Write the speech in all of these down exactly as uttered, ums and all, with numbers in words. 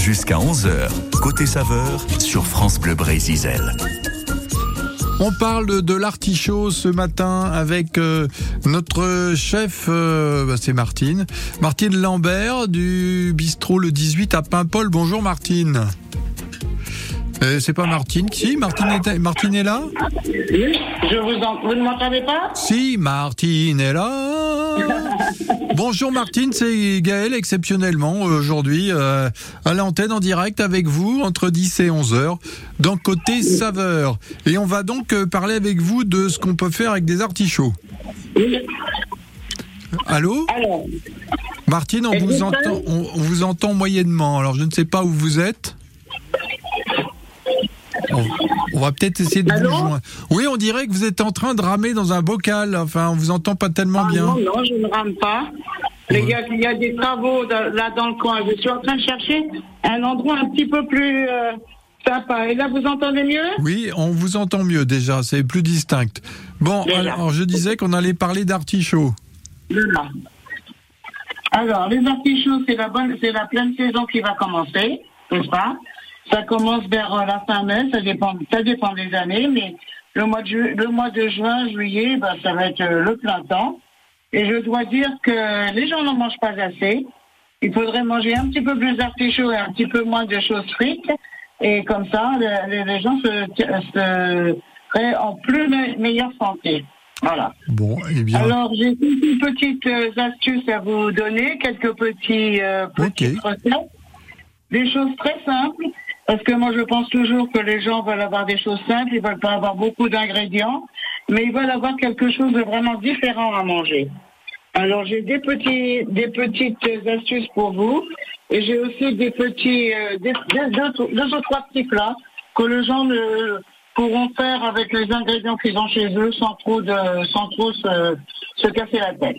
Jusqu'à onze heures, côté saveur sur France Bleu Brésil. On parle de l'artichaut ce matin avec euh, notre chef, euh, bah c'est Martine. Martine Lambert du bistrot Le dix-huit à Paimpol. Bonjour Martine. Euh, c'est pas Martine. Si, Martine est, Martine est là ? Oui, je vous en... Vous ne m'entendez pas ? Si, Martine est là. Bonjour Martine, c'est Gaël exceptionnellement aujourd'hui euh, à l'antenne en direct avec vous entre dix et onze heures dans Côté Saveur. Et on va donc euh, parler avec vous de ce qu'on peut faire avec des artichauts. Oui. Allô ? Alors, Martine, on vous, entend, on, on vous entend moyennement. Alors je ne sais pas où vous êtes. On, on va peut-être essayer de Allô vous joindre. Oui, on dirait que vous êtes en train de ramer dans un bocal. Enfin, on vous entend pas tellement ah bien. non, non, je ne rame pas. Les Ouais. gars, il y a des travaux de- là dans le coin. Je suis en train de chercher un endroit un petit peu plus euh, sympa. Et là, vous entendez mieux ? Oui, on vous entend mieux déjà, c'est plus distinct. Bon, Déjà. alors je disais qu'on allait parler d'artichaut. Là. Alors, les artichauts, c'est la bonne, c'est la pleine saison qui va commencer, n'est-ce pas ? Ça commence vers euh, la fin mai, ça dépend, ça dépend des années, mais le mois de, ju- le mois de juin, juillet, ben, ça va être euh, le printemps. Et je dois dire que les gens n'en mangent pas assez. Il faudrait manger un petit peu plus d'artichauts et un petit peu moins de choses frites. Et comme ça, le- les, les gens se, se seraient en plus me- meilleure santé. Voilà. Bon, eh bien, Alors, j'ai quelques petites euh, astuces à vous donner, quelques petits, euh, petites Ok. recettes. Des choses très simples, parce que moi, je pense toujours que les gens veulent avoir des choses simples, ils veulent pas avoir beaucoup d'ingrédients, mais ils veulent avoir quelque chose de vraiment différent à manger. Alors, j'ai des petits, des petites astuces pour vous, et j'ai aussi des petits, euh, des, des- deux, deux ou trois petits plats que les gens ne pourront faire avec les ingrédients qu'ils ont chez eux sans trop de, sans trop se, se casser la tête.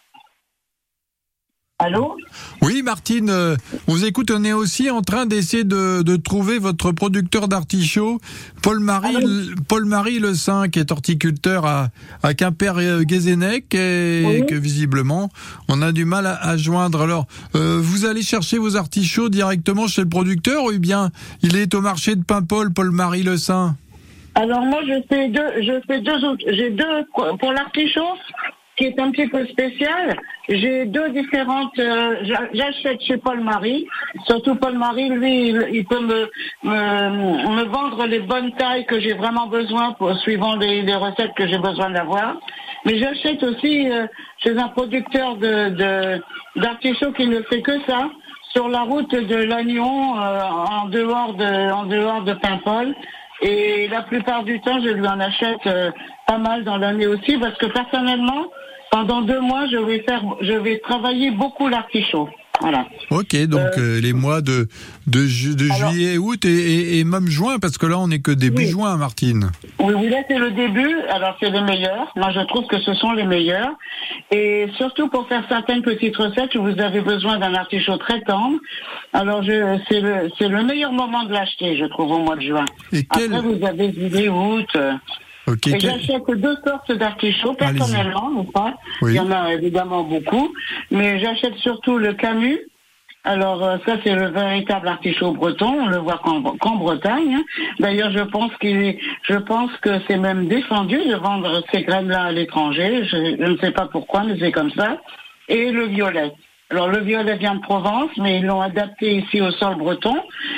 Allô? oui Martine, euh, on vous écoute, on est aussi en train d'essayer de, de trouver votre producteur d'artichauts, Paul-Marie, Ah Paul-Marie Le Saint, qui est horticulteur à, à Quimper-Guézennec, et Oui. que visiblement, on a du mal à, à joindre. Alors, euh, vous allez chercher vos artichauts directement chez le producteur, ou bien il est au marché de Paimpol, Paul-Marie Le Saint? Alors moi je fais deux, je fais deux autres, j'ai deux pour l'artichaut qui est un petit peu spécial. J'ai deux différentes. euh, j'a- J'achète chez Paul-Marie. Surtout Paul-Marie, lui, il, il peut me, me me vendre les bonnes tailles que j'ai vraiment besoin pour suivant les, les recettes que j'ai besoin d'avoir. Mais j'achète aussi euh, chez un producteur de de d'artichaut qui ne fait que ça sur la route de Lannion euh, en dehors de en dehors de Paimpol. Et la plupart du temps, je lui en achète euh, pas mal dans l'année aussi, parce que personnellement, pendant deux mois, je vais faire, je vais travailler beaucoup l'artichaut. Voilà. Ok, donc euh, les mois de, de, ju- de Alors- juillet, août et, et, et même juin, parce que là on n'est que début Oui. juin, Martine. Oui, oui, là c'est le début. Alors c'est les meilleurs. Moi, je trouve que ce sont les meilleurs. Et surtout pour faire certaines petites recettes, vous avez besoin d'un artichaut très tendre. Alors je, c'est le, c'est le meilleur moment de l'acheter, je trouve, au mois de juin. Et quel... Après, vous avez juillet, août. euh, ok, Et quel- j'achète deux sortes d'artichauts, Allez-y. personnellement, n'est-ce pas? Oui. Il y en a évidemment beaucoup, mais j'achète surtout le Camus. Alors euh, ça, c'est le véritable artichaut breton, on le voit qu'en, qu'en Bretagne. hein. D'ailleurs, je pense qu'il, je pense que c'est même défendu de vendre ces graines-là à l'étranger. Je, je ne sais pas pourquoi, mais c'est comme ça. Et le violet. Alors le violet vient de Provence, mais ils l'ont adapté ici au sol breton.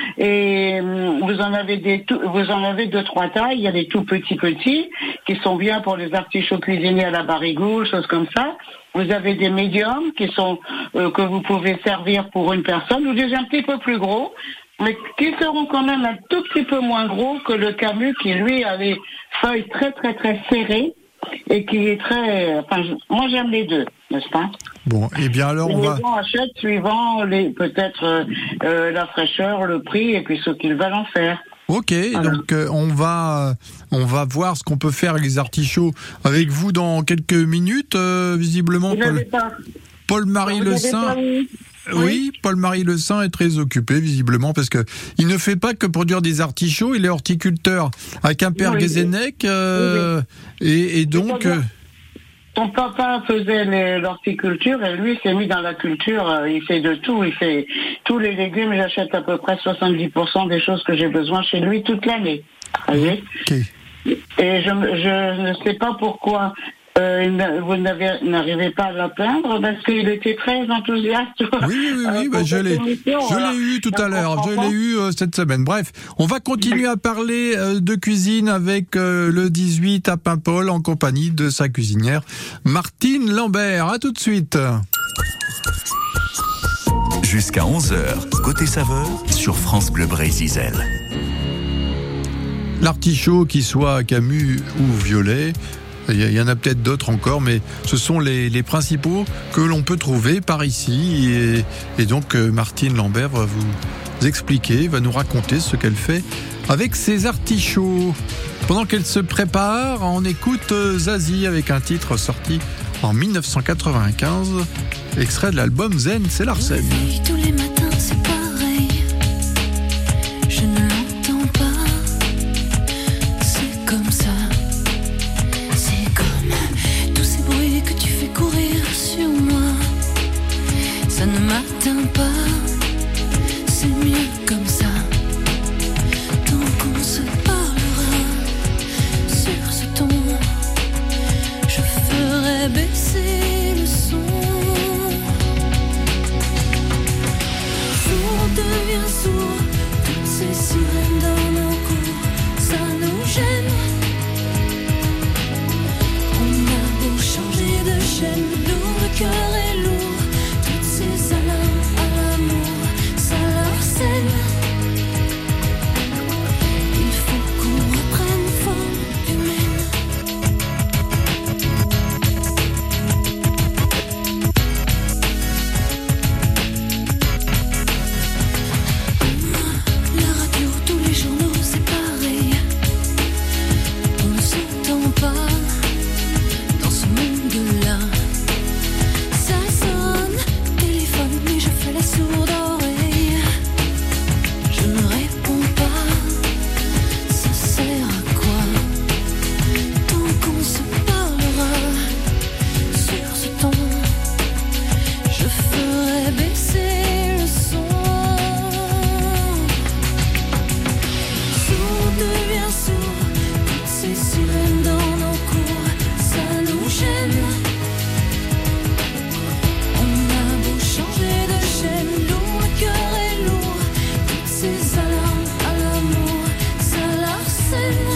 Et hum, vous en avez des, tout- vous en avez deux trois tailles. Il y a des tout petits petits qui sont bien pour les artichauts cuisinés à la barigoule, choses comme ça. Vous avez des médiums qui sont euh, que vous pouvez servir pour une personne, ou des un petit peu plus gros, mais qui seront quand même un tout petit peu moins gros que le Camus, qui lui a les feuilles très très très serrées et qui est très. Enfin, je- moi j'aime les deux, n'est-ce pas? Bon, eh bien alors on Les va... gens achètent suivant les peut-être euh, euh, la fraîcheur, le prix et puis ce qu'ils veulent en faire. Ok, donc euh, on va euh, on va voir ce qu'on peut faire avec les artichauts avec vous dans quelques minutes, euh, visiblement. Vous n'avez Paul, pas. Paul-Marie vous Le n'avez Saint. pas mis- Oui, Paul-Marie Le Saint est très occupé visiblement parce que il ne fait pas que produire des artichauts, il est horticulteur à Quimper-Guézennec euh, et, et donc C'est-à-dire- euh, son papa faisait les- l'horticulture et lui s'est mis dans la culture. euh, Il fait de tout. Il fait tous les légumes. J'achète à peu près soixante-dix pour cent des choses que j'ai besoin chez lui toute l'année. Vous voyez ? Ok. Et je, je ne sais pas pourquoi euh, il n'a- vous n'avez- n'arrivez pas à l'atteindre parce qu'il était très enthousiaste. Oui, oui, oui, oui, euh, bah, pour je cette l'ai, émission, je alors. l'ai eu tout Je à l'heure, comprends je pas. l'ai eu euh, cette semaine. Bref, on va continuer à parler euh, de cuisine avec euh, le dix-huit à Paimpol en compagnie de sa cuisinière Martine Lambert. À tout de suite. Jusqu'à onze heures, côté saveur sur France Bleu Brésil. L'artichaut, qu'il soit Camus ou violet, il y, y en a peut-être d'autres encore, mais ce sont les, les principaux que l'on peut trouver par ici. Et, et donc euh, Martine Lambert va vous expliquer, va nous raconter ce qu'elle fait avec ses artichauts. Pendant qu'elle se prépare, on écoute euh, Zazie avec un titre sorti en dix-neuf cent quatre-vingt-quinze, extrait de l'album Zen, c'est Larsen. Réveille tous les matins, c'est pareil. Je ne l'entends pas. C'est comme ça. C'est comme tous ces bruits que tu fais courir sur moi. Ça ne m'atteint pas. C'est mieux comme ça. Tant qu'on se parlera sur ce ton, je ferai baisser le son. Sourd devient sourd, toutes ces sirènes dans nos cours, ça nous gêne. On a beau changer de chaîne, lourd, le cœur est lourd, toutes ces alarmes à l'amour, ça l'arsène. Il faut qu'on reprenne forme humaine. La radio, tous les journaux, c'est pareil. On ne s'entend pas dans ce monde-là. Ça sonne, téléphone, mais je fais la sourde oreille. Je ne réponds pas, ça sert à quoi? Tant qu'on se parlera sur ce ton, je ferai baisser le son. Sourd devient sourd, toutes ces sirènes dans nos cours, ça nous gêne. On a beau changer de chaîne, lourd, le cœur est lourd, toutes ces alarmes à l'amour, ça l'arsène.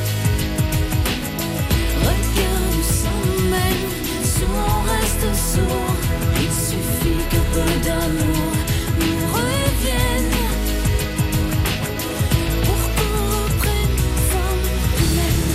Regarde où ça nous mène, sourd on reste sourd, il suffit qu'un peu d'amour nous revienne. Pour qu'on reprenne forme humaine.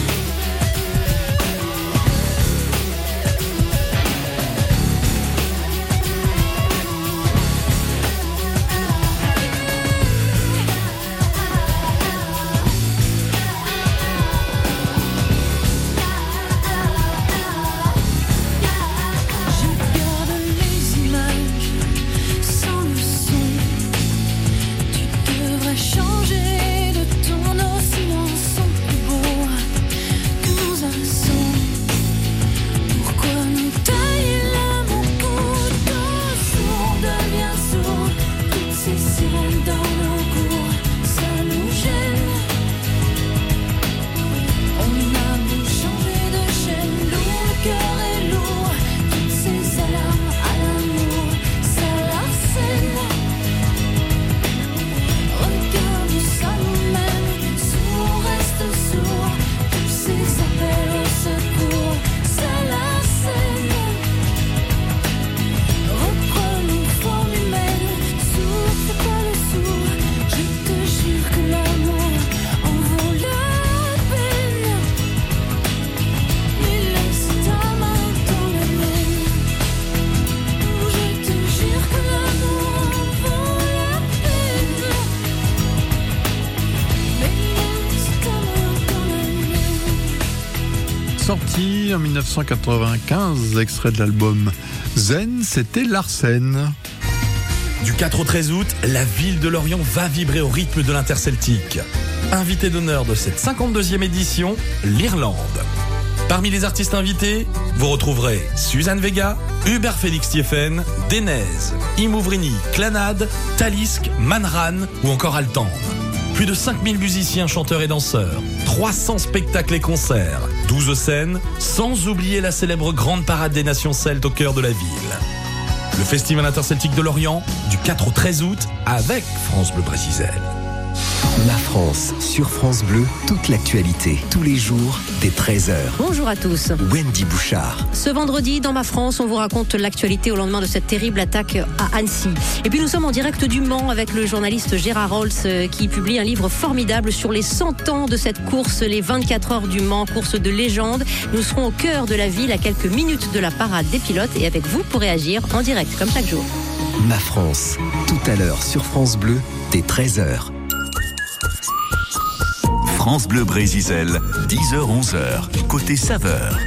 Je garde les images sans le son. Tu devrais changer de ton, nos silences sont plus beaux que nos accents. Pourquoi nous tailler là mon couteau? Sourd devient sourd, toutes ces sirènes dans nos cours, ça nous gêne. On a beau changer de chaîne, lourd, le cœur est lourd, toutes ces alarmes à l'amour, ça l'arsène. Regarde où ça nous mène, sourd on reste sourd, tous ces appels au secours, ça l'arsène. Reprenons forme humaine, sourd c'est pas le sourd, je te jure que l'amour en vaut la peine. Mais laisse ta main dans la mienne, je te jure que l'amour en vaut la peine. Mais laisse ta main dans la mienne. Sorti en dix-neuf cent quatre-vingt-quinze, extrait de l'album Zen, c'était Larsen. Du quatre au treize août, la ville de Lorient va vibrer au rythme de l'interceltique. Invité d'honneur de cette cinquante-deuxième édition, l'Irlande. Parmi les artistes invités, vous retrouverez Suzanne Vega, Hubert Félix Thieffen, Denez, Imouvrini, Clanade, Talisk, Manran ou encore Altande. Plus de cinq mille musiciens, chanteurs et danseurs, trois cents spectacles et concerts, douze scènes, sans oublier la célèbre Grande Parade des Nations Celtes au cœur de la ville. Le Festival interceltique de Lorient, du quatre au treize août, avec France Bleu Brésil. La France, sur France Bleu, toute l'actualité, tous les jours, dès treize heures. Bonjour à tous. Wendy Bouchard. Ce vendredi, dans Ma France, on vous raconte l'actualité au lendemain de cette terrible attaque à Annecy. Et puis nous sommes en direct du Mans avec le journaliste Gérard Rolls qui publie un livre formidable sur les cent ans de cette course, les vingt-quatre heures du Mans, course de légende. Nous serons au cœur de la ville à quelques minutes de la parade des pilotes et avec vous pour réagir en direct, comme chaque jour. Ma France, tout à l'heure sur France Bleu, dès treize heures. France Bleu Brésil, dix heures onze heures, côté saveur.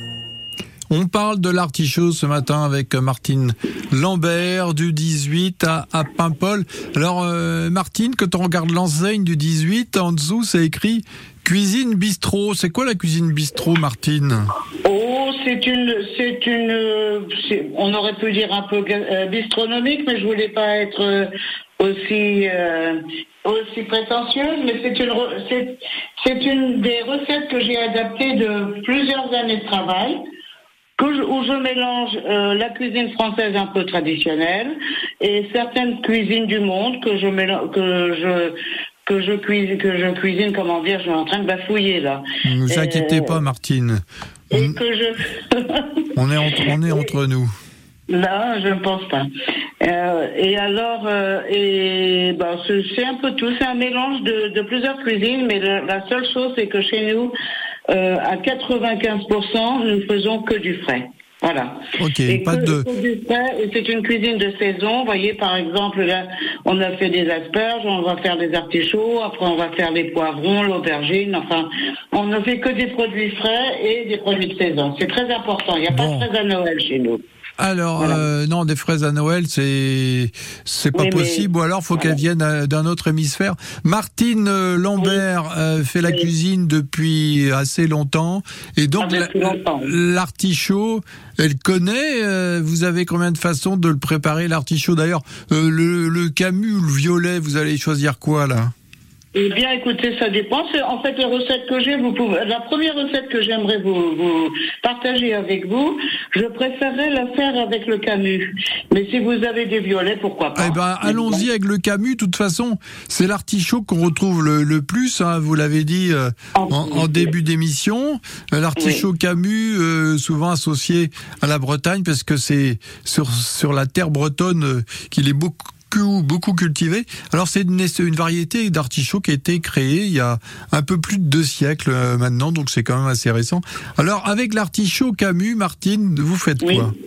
On parle de l'artichaut ce matin avec Martine Lambert du dix-huit à, à Paimpol. Alors euh, Martine, quand on regarde l'enseigne du dix-huit, en dessous c'est écrit cuisine bistrot. C'est quoi la cuisine bistrot, Martine ? Oh, c'est une, c'est une, c'est, on aurait pu dire un peu euh, bistronomique, mais je voulais pas être euh, aussi euh, aussi prétentieuse, mais c'est une, c'est, c'est une des recettes que j'ai adaptées de plusieurs années de travail. Que je, où je mélange euh, la cuisine française un peu traditionnelle et certaines cuisines du monde que je mélange, que je que je cuisine, que je cuisine, comment dire, je suis en train de bafouiller là. Ne vous inquiétez euh, pas, Martine. Et on, que je. on est entre, on est entre nous. Non, je ne pense pas. Euh, et alors, euh, et ben, c'est, c'est un peu tout. C'est un mélange de, de plusieurs cuisines, mais le, la seule chose, c'est que chez nous, euh, à quatre-vingt-quinze pour cent, nous ne faisons que du frais. Voilà. Ok, et pas que, de. que du frais, et c'est une cuisine de saison. Vous voyez, par exemple, là, on a fait des asperges, on va faire des artichauts, après on va faire les poivrons, l'aubergine. Enfin, on ne fait que des produits frais et des produits de saison. C'est très important. Il n'y a Bon. pas de fraises à Noël chez nous. Alors, voilà. euh, non, des fraises à Noël, c'est c'est pas oui, possible. Ou alors, faut voilà. qu'elles viennent d'un autre hémisphère. Martine euh, Lambert oui. euh, fait la oui. cuisine depuis assez longtemps. Et donc, la, longtemps. l'artichaut, elle connaît. Euh, vous avez combien de façons de le préparer, l'artichaut? D'ailleurs, euh, le, le Camus ou le violet, vous allez choisir quoi, là? Eh bien, écoutez, ça dépend. C'est, en fait, les recettes que j'ai, vous pouvez, la première recette que j'aimerais vous, vous partager avec vous, je préférerais la faire avec le Camus. Mais si vous avez des violets, pourquoi pas? Eh ben, allons-y avec le Camus. De toute façon, c'est l'artichaut qu'on retrouve le, le plus, hein, vous l'avez dit euh, en, en début d'émission. L'artichaut oui. Camus, euh, souvent associé à la Bretagne, parce que c'est sur, sur la terre bretonne euh, qu'il est beaucoup beaucoup cultivé. Alors c'est une, une variété d'artichaut qui a été créée il y a un peu plus de deux siècles euh, maintenant, donc c'est quand même assez récent. Alors avec l'artichaut Camus, Martine, vous faites oui. quoi?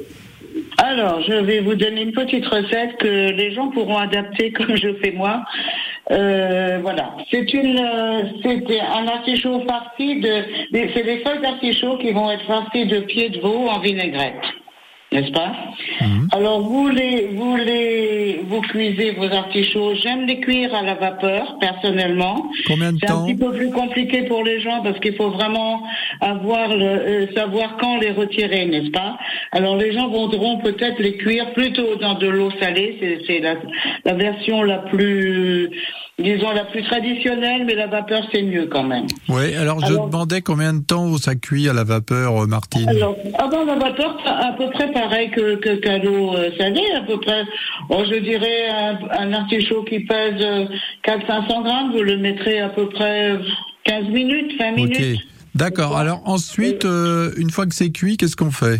Alors je vais vous donner une petite recette que les gens pourront adapter comme je fais moi. Euh, voilà, c'est une, euh, c'est un artichaut farci de, c'est des feuilles d'artichaut qui vont être farcies de pieds de veau en vinaigrette. N'est-ce pas? Mmh. Alors vous les, vous les, vous cuisez vos artichauts. J'aime les cuire à la vapeur, personnellement. Combien de C'est temps? C'est un petit peu plus compliqué pour les gens parce qu'il faut vraiment avoir le, euh, savoir quand les retirer, n'est-ce pas? Alors les gens voudront peut-être les cuire plutôt dans de l'eau salée. C'est, c'est la, la version la plus, disons la plus traditionnelle, mais la vapeur c'est mieux quand même. Oui. Alors je alors, demandais combien de temps ça cuit à la vapeur, Martine? Alors avant la vapeur, à peu près pareil que, que qu'à l'eau euh, salée, à peu près. Oh, je dirais un, un artichaut qui pèse euh, quatre à cinq cents grammes, vous le mettrez à peu près quinze minutes, vingt minutes. Ok, d'accord. Alors ensuite, euh, une fois que c'est cuit, qu'est-ce qu'on fait?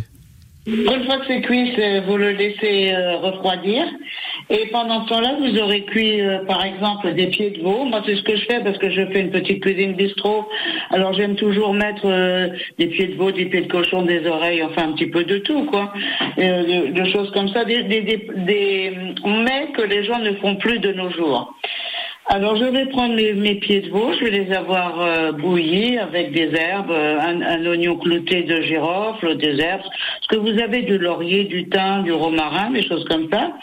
Une fois que c'est cuit, c'est, vous le laissez euh, refroidir. Et pendant ce temps-là, vous aurez cuit, euh, par exemple, des pieds de veau. Moi, c'est ce que je fais parce que je fais une petite cuisine bistrot. Alors, j'aime toujours mettre euh, des pieds de veau, des pieds de cochon, des oreilles, enfin un petit peu de tout, quoi. Euh, de, de choses comme ça, des, des, des, des mets que les gens ne font plus de nos jours. Alors, je vais prendre mes, mes pieds de veau, je vais les avoir euh, bouillis avec des herbes, un, un oignon clouté de girofle, des herbes, parce que vous avez du laurier, du thym, du romarin, des choses comme ça.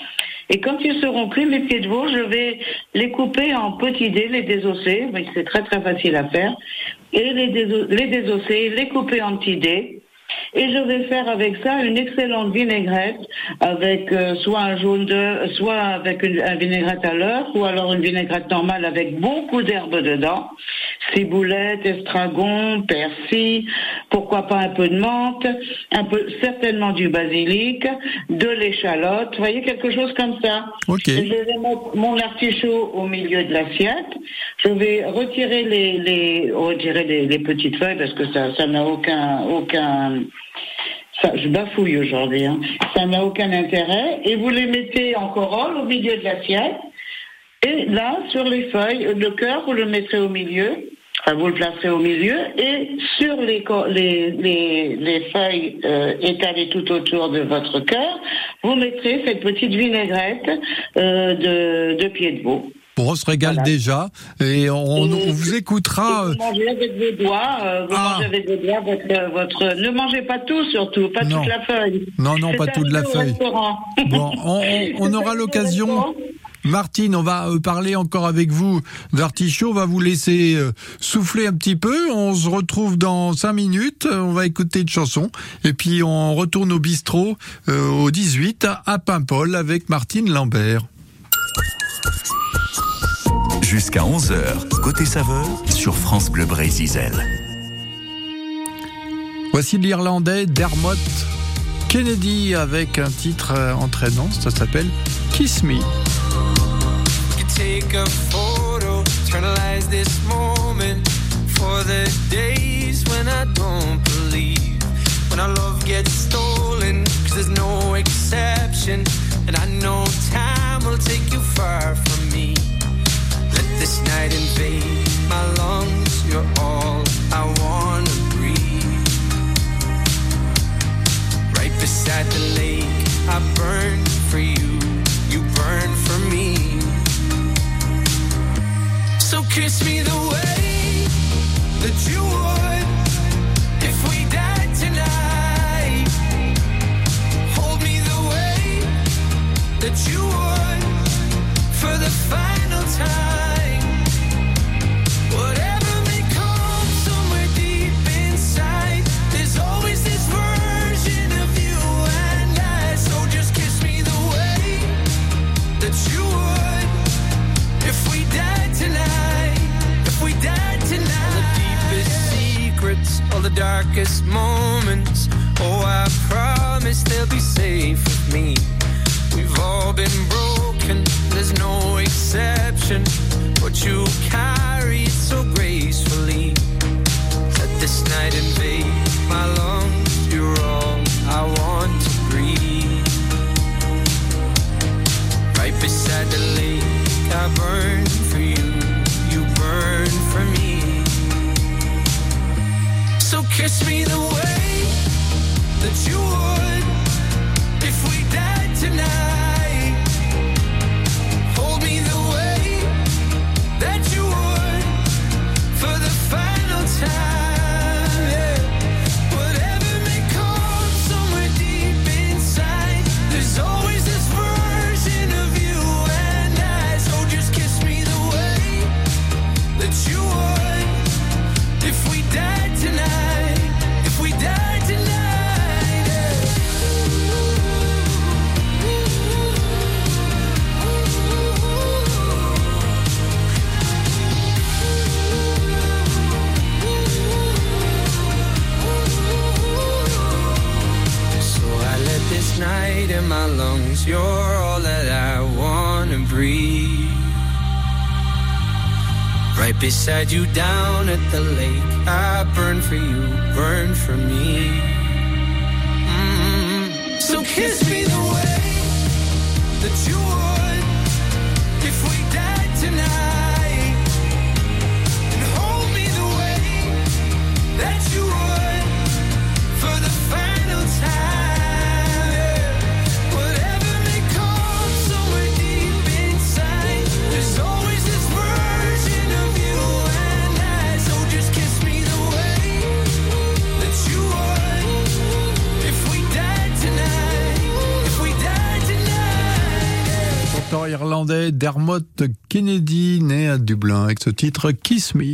Et quand ils seront cuits, mes pieds de veau, je vais les couper en petits dés, les désosser, mais c'est très très facile à faire, et les, déso- les désosser, les couper en petits dés. Et je vais faire avec ça une excellente vinaigrette avec euh, soit un jaune d'œuf, soit avec une, un vinaigrette à l'œuf, ou alors une vinaigrette normale avec beaucoup d'herbes dedans. Ciboulette, estragon, persil, pourquoi pas un peu de menthe, un peu, certainement du basilic, de l'échalote, vous voyez, quelque chose comme ça. Ok. Et je vais mettre mon artichaut au milieu de l'assiette. Je vais retirer les, les, retirer les, les petites feuilles parce que ça, ça n'a aucun, aucun, ça, je bafouille aujourd'hui, hein. Ça n'a aucun intérêt. Et vous les mettez en corolle au milieu de l'assiette. Et là, sur les feuilles, le cœur, vous le mettrez au milieu. Enfin, vous le placerez au milieu. Et sur les, les, les, les feuilles euh, étalées tout autour de votre cœur, vous mettrez cette petite vinaigrette euh, de, de pied de veau. Bon, on se régale Voilà. déjà et on, Et- on vous écoutera. Et vous mangez avec vos doigts, euh, vous Ah. mangez avec vos doigts votre, votre... Ne mangez pas tout surtout, pas Non. toute la feuille. Non, non, C'est pas toute la arrivé au feuille. restaurant. Bon, on, on- on aura l'occasion. Martine, on va euh, parler encore avec vous d'artichaut. On va vous laisser euh, souffler un petit peu. On se retrouve dans cinq minutes. On va écouter une chanson. Et puis, on retourne au bistrot euh, au dix-huit à Paimpol avec Martine Lambert. Jusqu'à onze heures, côté saveur sur France Bleu Brésil. Voici l'Irlandais Dermot Kennedy avec un titre euh, entraînant. Ça s'appelle Kiss Me. You take a photo, eternalize this moment for the days when I don't believe, when our love gets stolen, cause there's no exception, and I know time will take you far from me. Let this night invade my lungs, you're all I wanna breathe. Right beside the lake, I burn for you, you burn for me. So kiss me the way that you would if we died tonight. Hold me the way that you would for the final time. Whatever may come somewhere deep inside, there's always this version of you and I. So just kiss me the way that you would if we died tonight. If we died tonight. All the deepest secrets, all the darkest moments, oh, I promise they'll be safe with me. We've all been broken, there's no exception, but you carry it so gracefully. Let this night invade my lungs, you're all I want to breathe. Right beside the lake, I burn for you, you burn for me. So kiss me the way that you would if we died tonight. Hold me the way that you would for the final time. Yeah. Whatever may come somewhere deep inside, there's always this version of you and I. So just kiss me the way that you would if we died tonight. If we died tonight. So I let this night in my lungs, you're all that I wanna breathe. Right beside you down at the lake, I burn for you, burn for me. Mm-hmm. So kiss me the way that you would if we died tonight, and hold me the way that you would for the final time. Yeah. Whatever may come somewhere deep inside, there's always this version of you and I. So just kiss me the way that you would if we died tonight. If we died tonight. Yeah. Irlandais Dermot Kennedy, né à Dublin, avec ce titre Kiss Me.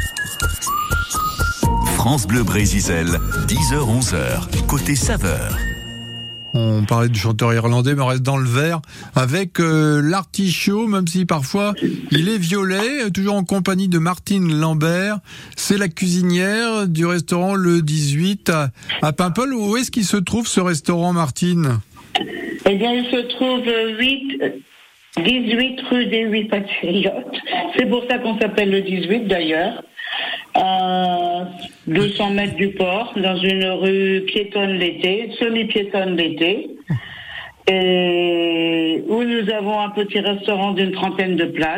France Bleu Brésil, dix heures onze heures, côté saveur. On parlait du chanteur irlandais, mais on reste dans le vert avec euh, l'artichaut, même si parfois il est violet, toujours en compagnie de Martine Lambert. C'est la cuisinière du restaurant Le dix-huit à, à Paimpol. Où est-ce qu'il se trouve ce restaurant, Martine ? Eh bien, il se trouve huit, dix-huit rue des Huit Patriotes. C'est pour ça qu'on s'appelle le dix-huit d'ailleurs. À deux cents mètres du port, dans une rue piétonne l'été, semi-piétonne l'été, et où nous avons un petit restaurant d'une trentaine de places.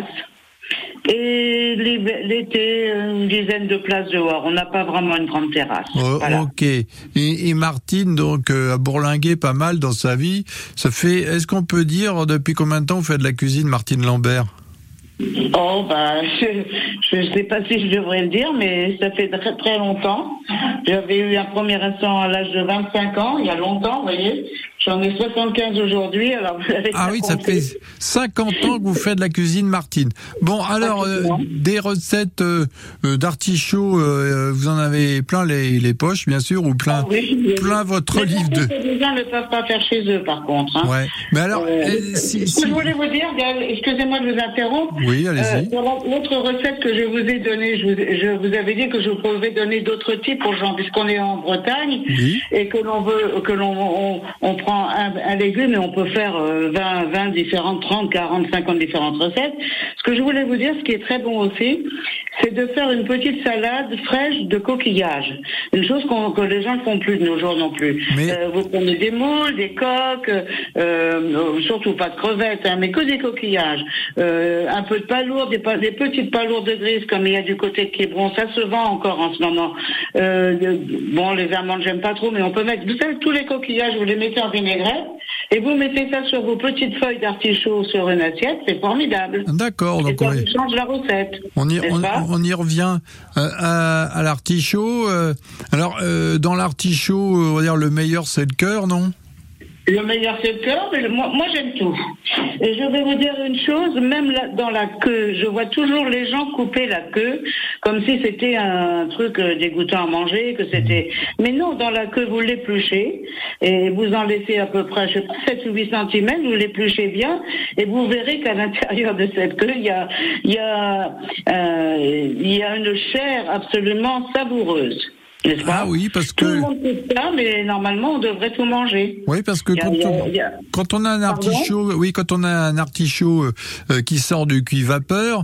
Et l'été, une dizaine de places dehors. On n'a pas vraiment une grande terrasse. Oh, voilà. Ok. Et, et Martine, donc, euh, a bourlingué pas mal dans sa vie. Ça fait. Est-ce qu'on peut dire depuis combien de temps vous faites de la cuisine, Martine Lambert ? Oh, bah, je ne sais pas si je devrais le dire, mais ça fait très très longtemps. J'avais eu un premier restaurant à l'âge de vingt-cinq ans, il y a longtemps, vous voyez. J'en ai soixante-quinze aujourd'hui, alors vous avez Ah oui, ça fait cinquante ans que vous faites de la cuisine, Martine. Bon, alors, euh, des recettes euh, d'artichaut, euh, vous en avez plein les, les poches, bien sûr, ou plein, Ah oui, plein votre mais livre de... Les gens ne peuvent pas faire chez eux, par contre. Hein. Ouais. Mais alors, Euh, euh, si, Ce si- que je voulais vous dire, Gaël, excusez-moi de vous interrompre. Oui, allez-y. Euh, pour l'autre recette que je vous ai donnée, je vous, je vous avais dit que je pouvais donner d'autres types aux gens, puisqu'on est en Bretagne Oui. et que l'on veut, que l'on on, on prend un, un légume et on peut faire euh, vingt, vingt différentes, trente, quarante, cinquante différentes recettes. Ce que je voulais vous dire, ce qui est très bon aussi, c'est de faire une petite salade fraîche de coquillages. Une chose qu'on, que les gens ne font plus de nos jours non plus. Mais- Euh, vous prenez des moules, des coques, euh, surtout pas de crevettes, hein, mais que des coquillages. Euh, un peu de palourdes, des, pa- des petites palourdes grises comme il y a du côté de Quiberon. Ça se vend encore en ce moment. Euh, de- bon, les amandes, j'aime pas trop, mais on peut mettre, vous savez, tous les coquillages, vous les mettez en vinaigrette et vous mettez ça sur vos petites feuilles d'artichaut sur une assiette. C'est formidable. D'accord, Et donc ça on, vous change la recette. on y, n'est-ce on, pas on y revient euh, à, à l'artichaut. euh, alors, euh, dans l'artichaut, euh, on va dire le meilleur, c'est le cœur, non ? Le meilleur, c'est le cœur, mais le- moi, moi j'aime tout. Et je vais vous dire une chose, même là, dans la queue, je vois toujours les gens couper la queue comme si c'était un truc euh, dégoûtant à manger, que c'était... Mais non, dans la queue, vous l'épluchez et vous en laissez à peu près, je sais pas, sept ou huit centimètres, vous l'épluchez bien et vous verrez qu'à l'intérieur de cette queue, il y a, il y a, euh, il y a une chair absolument savoureuse. N'est-ce pas? Ah oui, parce Tout le que... monde fait ça, mais normalement, on devrait tout manger. Oui, parce que Il y a- quand il y a- on, il y a- quand on a un Pardon artichaut, oui, quand on a un artichaut euh, euh, qui sort du cuit vapeur,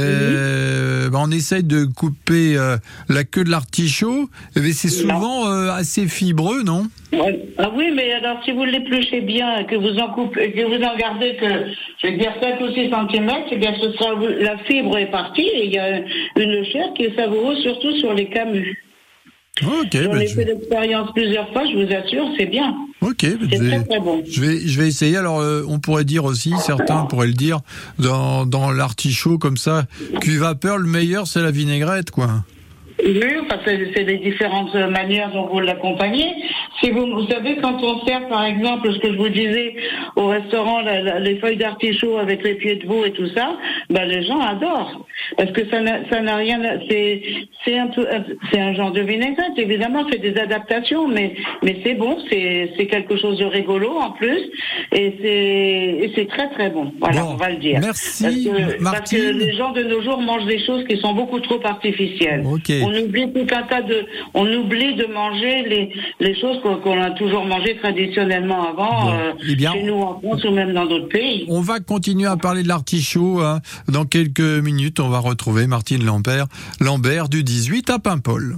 euh, ben, on essaye de couper euh, la queue de l'artichaut, mais c'est souvent euh, assez fibreux, non? Ouais. Ah oui, mais alors si vous l'épluchez bien, que vous en coupez, que vous en gardez que, je veux dire, sept ou six centimètres, eh bien, ce sera, la fibre est partie et il y a une chair qui est savoureuse, surtout sur les camus. Ok, J'en ben, ai je, fait l'expérience plusieurs fois, je vous assure, c'est bien. ok, ben, C'est je, très vais, très bon. je vais, je vais essayer. Alors, euh, on pourrait dire aussi, certains pourraient le dire, dans, dans l'artichaut comme ça, cuit vapeur, le meilleur, c'est la vinaigrette, quoi. Oui, enfin, c'est c'est les différentes manières dont vous l'accompagnez. Si vous, vous savez, quand on sert, par exemple, ce que je vous disais au restaurant, la, la, les feuilles d'artichaut avec les pieds de veau et tout ça, ben les gens adorent parce que ça n'a, ça n'a rien. à- C'est, c'est un peu, c'est un genre de vinaigrette. Évidemment, c'est des adaptations, mais mais c'est bon, c'est c'est quelque chose de rigolo en plus, et c'est et c'est très très bon. Voilà, Bon, on va le dire. merci, parce que, parce que Martine. les gens de nos jours mangent des choses qui sont beaucoup trop artificielles. Ok. On oublie tout un tas de, on oublie de manger les, les choses qu'on, qu'on a toujours mangées traditionnellement avant, Bon, euh, eh bien, chez nous en France ou même dans d'autres pays. On va continuer à parler de l'artichaut. Hein. Dans quelques minutes, on va retrouver Martine Lambert, Lambert du dix-huit à Paimpol.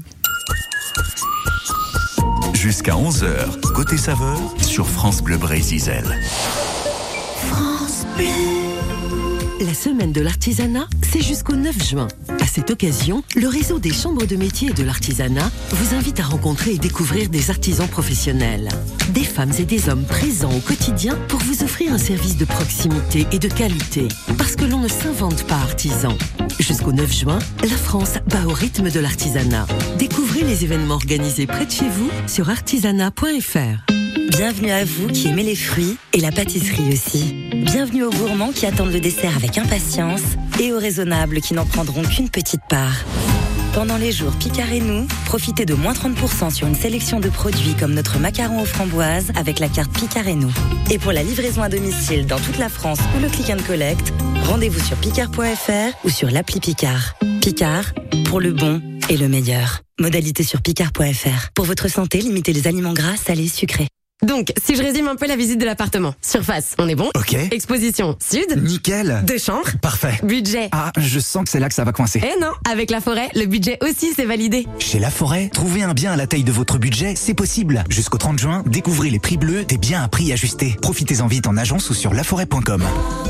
Jusqu'à onze heures, côté saveur sur France Bleu Brésil. France Bleu. La semaine de l'artisanat, c'est jusqu'au neuf juin. À cette occasion, le réseau des chambres de métiers et de l'artisanat vous invite à rencontrer et découvrir des artisans professionnels. Des femmes et des hommes présents au quotidien pour vous offrir un service de proximité et de qualité. Parce que l'on ne s'invente pas artisan. Jusqu'au neuf juin, la France bat au rythme de l'artisanat. Découvrez les événements organisés près de chez vous sur artisanat point f r. Bienvenue à vous qui aimez les fruits et la pâtisserie aussi. Bienvenue aux gourmands qui attendent le dessert avec impatience et aux raisonnables qui n'en prendront qu'une petite part. Pendant les jours Picard et nous, profitez de moins trente pour cent sur une sélection de produits comme notre macaron aux framboises avec la carte Picard et nous. Et pour la livraison à domicile dans toute la France ou le click and collect, rendez-vous sur picard point f r ou sur l'appli Picard. Picard, pour le bon et le meilleur. Modalité sur picard point f r. Pour votre santé, limitez les aliments gras, salés, sucrés. Donc, si je résume un peu la visite de l'appartement. Surface, on est bon. Ok. Exposition, sud. Nickel. Deux chambres. Parfait. Budget. Ah, je sens que c'est là que ça va coincer. Eh non, avec La Forêt, le budget aussi c'est validé. Chez La Forêt, trouver un bien à la taille de votre budget, c'est possible. Jusqu'au trente juin, découvrez les prix bleus des biens à prix ajustés. Profitez-en vite en agence ou sur laforêt point com.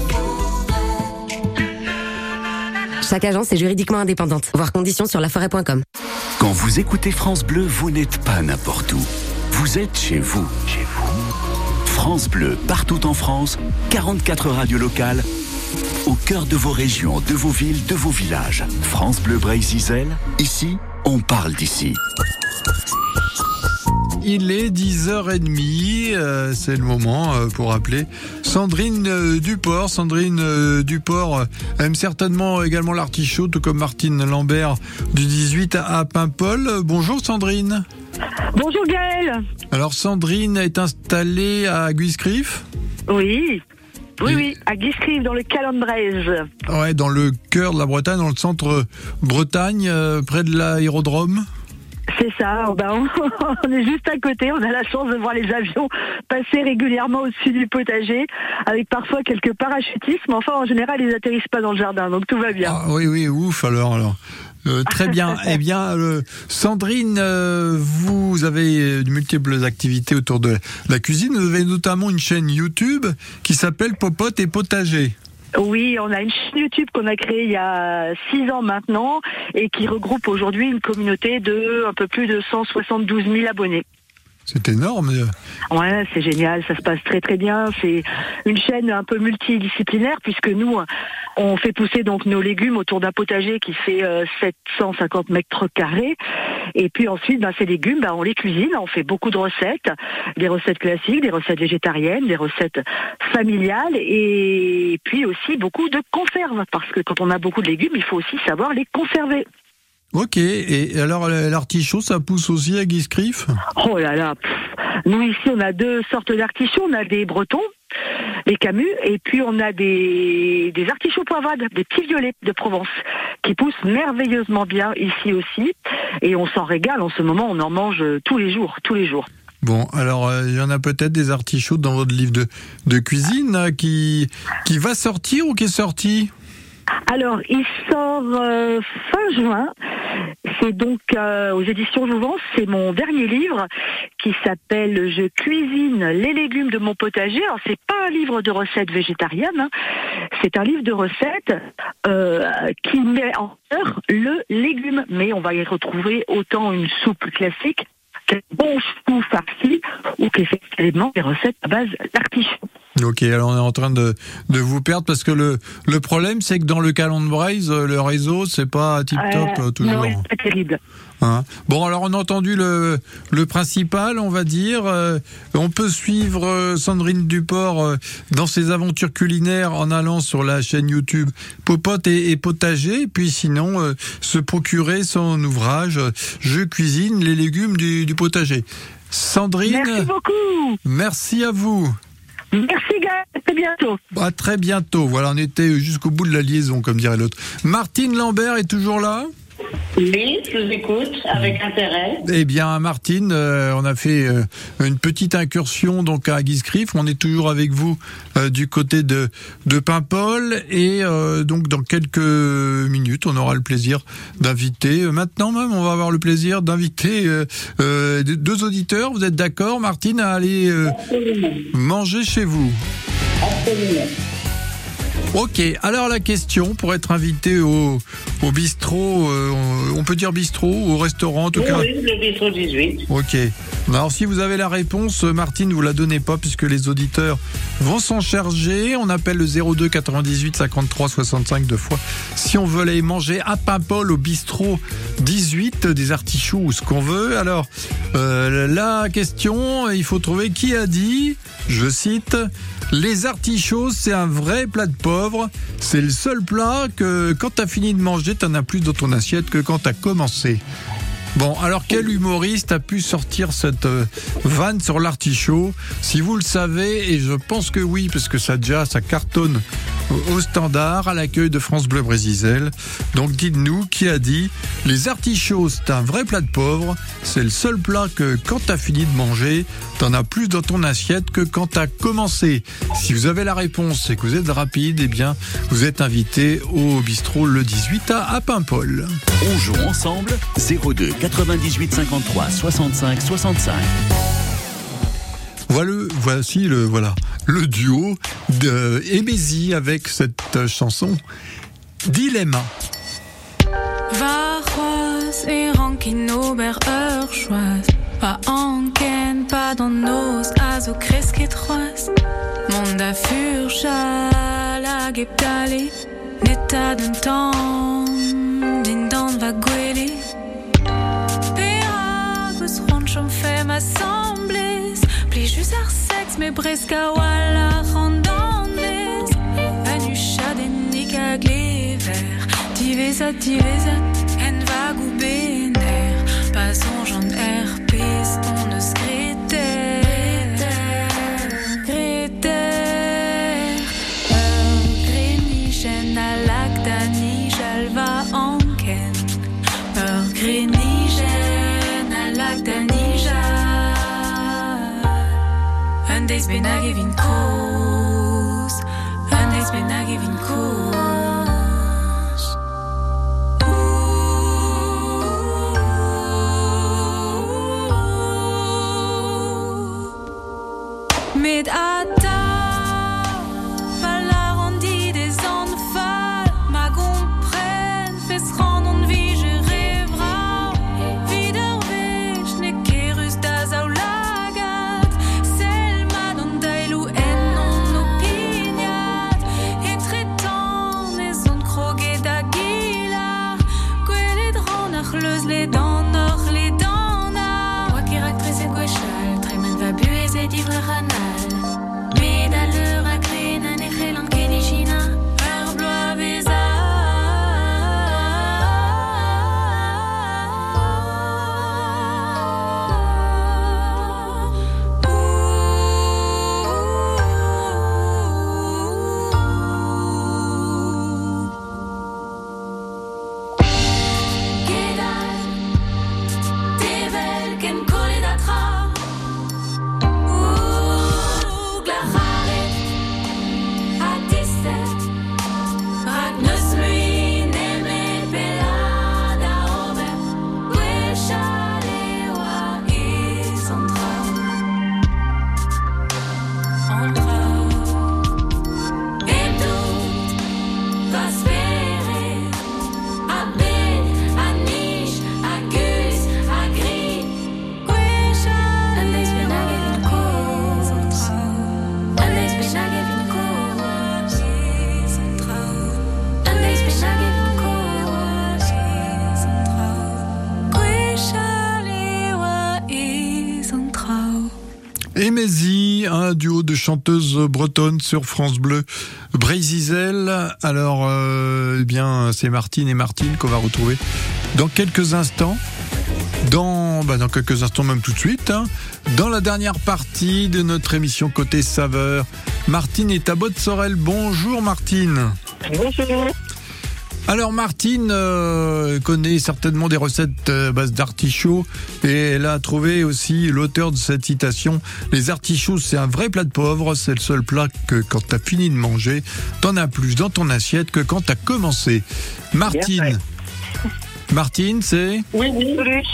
Chaque agence est juridiquement indépendante. Voir conditions sur laforêt point com. Quand vous écoutez France Bleu, vous n'êtes pas n'importe où. Vous êtes chez vous. Chez vous. France Bleu, partout en France, quarante-quatre radios locales, au cœur de vos régions, de vos villes, de vos villages. France Bleu Brésil, ici, on parle d'ici. Il est dix heures trente, euh, c'est le moment euh, pour appeler Sandrine euh, Duport. Sandrine euh, Duport euh, aime certainement également l'artichaut, tout comme Martine Lambert du dix-huit à Paimpol. Euh, bonjour Sandrine. Bonjour Gaël. Alors Sandrine est installée à Guiscrif ? Oui. Oui, Et... oui, à Guiscrif, dans le Calonbraise. Ouais, dans le cœur de la Bretagne, dans le centre Bretagne, euh, près de l'aérodrome. C'est ça, ben on, on est juste à côté, on a la chance de voir les avions passer régulièrement au-dessus du potager, avec parfois quelques parachutistes, mais enfin en général ils atterrissent pas dans le jardin, donc tout va bien. Ah, oui, oui, ouf alors. alors. Euh, très bien. Eh bien, euh, Sandrine, euh, vous avez de multiples activités autour de la cuisine. Vous avez notamment une chaîne YouTube qui s'appelle Popote et Potager. Oui, on a une chaîne YouTube qu'on a créée il y a six ans maintenant et qui regroupe aujourd'hui une communauté de un peu plus de cent soixante-douze mille abonnés. C'est énorme. Ouais, c'est génial, ça se passe très très bien. C'est une chaîne un peu multidisciplinaire puisque nous, on fait pousser donc nos légumes autour d'un potager qui fait euh, sept cent cinquante mètres carrés. Et puis ensuite, ben, ces légumes, ben, on les cuisine, on fait beaucoup de recettes, des recettes classiques, des recettes végétariennes, des recettes familiales et puis aussi beaucoup de conserves parce que quand on a beaucoup de légumes, il faut aussi savoir les conserver. Ok, et alors l'artichaut, ça pousse aussi à Guiscrif ? Oh là là, pff. Nous ici on a deux sortes d'artichauts, on a des bretons, les camus, et puis on a des, des artichauts poivrades, des petits violets de Provence, qui poussent merveilleusement bien ici aussi, et on s'en régale en ce moment, on en mange tous les jours, tous les jours. Bon, alors euh, il y en a peut-être des artichauts dans votre livre de, de cuisine hein, qui, qui va sortir ou qui est sorti ? Alors, il sort euh, fin juin. C'est donc euh, aux éditions Jouvence. C'est mon dernier livre qui s'appelle « Je cuisine les légumes de mon potager ». Alors, c'est pas un livre de recettes végétariennes. Hein. C'est un livre de recettes euh, qui met en valeur le légume. Mais on va y retrouver autant une soupe classique qu'un bon chou farci ou qu'effectivement des recettes à base d'artichaut. Ok, alors on est en train de, de vous perdre parce que le, le problème c'est que dans le Calonbraise, le réseau c'est pas tip top euh, toujours. Non, c'est terrible. Hein bon, alors on a entendu le, le principal, on va dire. Euh, on peut suivre euh, Sandrine Duport euh, dans ses aventures culinaires en allant sur la chaîne YouTube Popote et, et Potager. Puis sinon, euh, se procurer son ouvrage euh, Je cuisine les légumes du, du potager. Sandrine, merci beaucoup. Merci à vous. Merci Gaël, à très bientôt. À très bientôt. Voilà, on était jusqu'au bout de la liaison, comme dirait l'autre. Martine Lambert est toujours là ? Oui, je vous écoute avec intérêt. Eh bien, Martine, euh, on a fait euh, une petite incursion donc à Guiscrif. On est toujours avec vous euh, du côté de de Paimpol et euh, donc dans quelques minutes, on aura le plaisir d'inviter. Euh, maintenant même, on va avoir le plaisir d'inviter euh, euh, deux auditeurs. Vous êtes d'accord, Martine, à aller euh, manger chez vous ? Absolument. Ok, alors la question, pour être invité au, au bistrot, euh, on peut dire bistrot, au restaurant en tout oui, cas. Oui, le bistrot dix-huit. Ok, alors si vous avez la réponse, Martine, vous la donnez pas puisque les auditeurs vont s'en charger. On appelle le zéro deux quatre-vingt-dix-huit cinquante-trois soixante-cinq deux fois. Si on veut aller manger à Paimpol au bistrot dix-huit, des artichauts ou ce qu'on veut. Alors, Euh, la question, il faut trouver qui a dit, je cite, les artichauts, c'est un vrai plat de pauvre. C'est le seul plat que quand t'as fini de manger, t'en as plus dans ton assiette que quand t'as commencé. Bon, alors quel humoriste a pu sortir cette euh, vanne sur l'artichaut? Si vous le savez, et je pense que oui, parce que ça déjà, ça cartonne au, au standard, à l'accueil de France Bleu Brésil. Donc dites-nous qui a dit les artichauts, c'est un vrai plat de pauvre. C'est le seul plat que quand t'as fini de manger, t'en as plus dans ton assiette que quand t'as commencé. Si vous avez la réponse et que vous êtes rapide, eh bien, vous êtes invité au bistrot le dix-huit à, à Paimpol. On joue ensemble, zéro deux quatre-vingt-dix-huit cinquante-trois soixante-cinq soixante-cinq. Voilà, voici le, voilà, le duo de Emezi avec cette chanson Dilemma. Warehouse et rankin Obererschwas. Pas anken, pas dans nos also kreske troas. Monda furcha, la geptali. Netta d'un temps, din dan va gweli. Peragus ronchom fem assemblées. Pli jus ar sex, me breska wala randandes. Anusha den nika glever. Divezat, divezat, en va goubener. Pas songeant herpes, on ne skreter. Greter. Ur grenigen a lagdani jalva anken. Ur grenigen a lagdani jal. Un des benag evin koz. Un des benag evin koz. Mit Ata, Valarondi des Anfall, ma comprenne, fes randon wie je rêvera, wieder weg, ne kerus das au lagat, selma don dailu en non opiniat, et traitant les on kroge d'agila, quelle dronach leus les dents noch les dents na, moi qui actrice et guéchal, tremen va buez et divre ranal. Emezi, un duo de chanteuses bretonnes sur France Bleu Brésil. Alors, euh, eh bien, c'est Martine et Martine qu'on va retrouver dans quelques instants. Dans, bah, dans quelques instants, même tout de suite, hein, dans la dernière partie de notre émission Côté Saveur. Martine est à Botte-Sorel. Bonjour Martine. Bonjour. Alors Martine euh, connaît certainement des recettes euh, bases d'artichauts et elle a trouvé aussi l'auteur de cette citation. Les artichauts, c'est un vrai plat de pauvre, c'est le seul plat que quand t'as fini de manger, t'en as plus dans ton assiette que quand t'as commencé. Martine, Martine, c'est Oui, oui,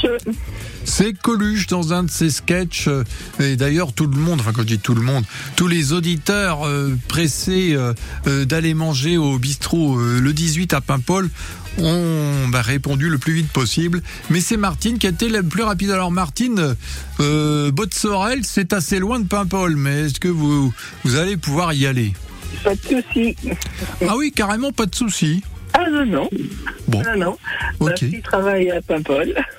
c'est Coluche dans un de ses sketchs. Et d'ailleurs, tout le monde, enfin quand je dis tout le monde, tous les auditeurs euh, pressés euh, euh, d'aller manger au bistrot euh, le dix-huit à Paimpol ont bah, répondu le plus vite possible. Mais c'est Martine qui a été la plus rapide. Alors Martine, euh, Botte-Sorel, c'est assez loin de Paimpol, mais est-ce que vous, vous allez pouvoir y aller? Pas de souci. Ah oui, carrément, pas de souci. Ah non, non. Bon. Non, non. Ok. Parce qu'il travaille à Paimpol.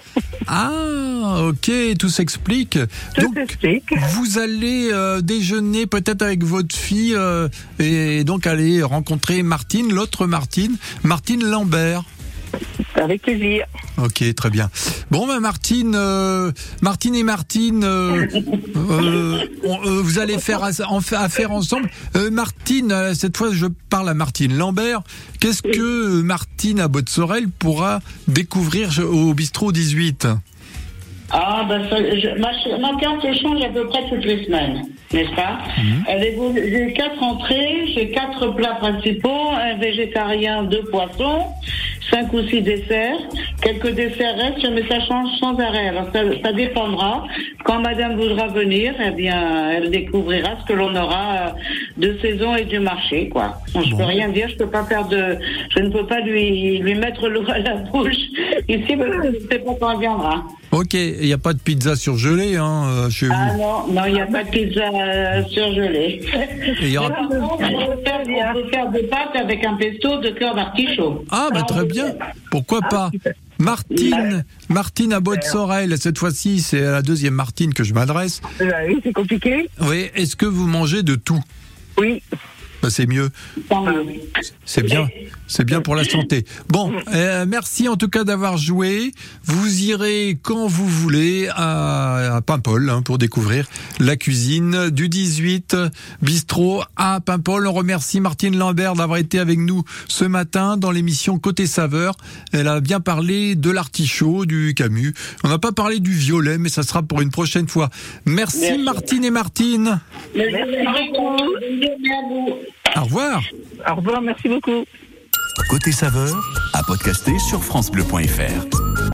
Ah, ok, tout s'explique. Donc, vous allez euh, déjeuner peut-être avec votre fille euh, et donc aller rencontrer Martine, l'autre Martine, Martine Lambert. Avec plaisir. Ok, très bien. Bon, ben Martine, euh, Martine et Martine, euh, euh, on- euh, vous allez faire as- en fa- affaire ensemble. Euh, Martine, euh, cette fois, je parle à Martine Lambert. Qu'est-ce que euh, Martine à Botte-Sorel pourra découvrir au bistrot dix-huit? Ah, ben, ça, je- ma, ch- ma carte change à peu près toutes les semaines, n'est-ce pas? Elle évolue- J'ai quatre entrées, j'ai quatre plats principaux, un végétarien, deux poissons, cinq ou six desserts, quelques desserts restent, mais ça change sans arrêt. Alors ça, ça dépendra. Quand madame voudra venir, eh bien, elle découvrira ce que l'on aura euh, de saison et du marché, quoi. Bon, je peux rien dire, je peux pas faire de, je ne peux pas lui, lui mettre l'eau à la bouche ici, parce que je ne sais pas quand elle viendra. Ok, il n'y a pas de pizza surgelée hein, euh, chez Ah vous. non, non, il n'y a pas de pizza euh, surgelée. Et il y aura- Mais par contre, on peut faire, on peut faire des pâtes avec un pesto de cœur d'artichaut. Ah, bah très bien. Pourquoi pas? Martine, Martine à Botte-Sorel. Cette fois-ci, c'est à la deuxième Martine que je m'adresse. Oui, c'est compliqué. Oui, est-ce que vous mangez de tout? Oui. Bah, c'est mieux. C'est bien. C'est bien pour la santé. Bon, euh, merci en tout cas d'avoir joué. Vous irez quand vous voulez à, à Paimpol hein, pour découvrir la cuisine du dix-huit bistrot à Paimpol. On remercie Martine Lambert d'avoir été avec nous ce matin dans l'émission Côté Saveur. Elle a bien parlé de l'artichaut, du Camus. On n'a pas parlé du violet, mais ça sera pour une prochaine fois. Merci, Merci. Martine et Martine. Merci beaucoup. Au revoir. Au revoir, merci beaucoup. Côté saveur, à podcaster sur francebleu point fr.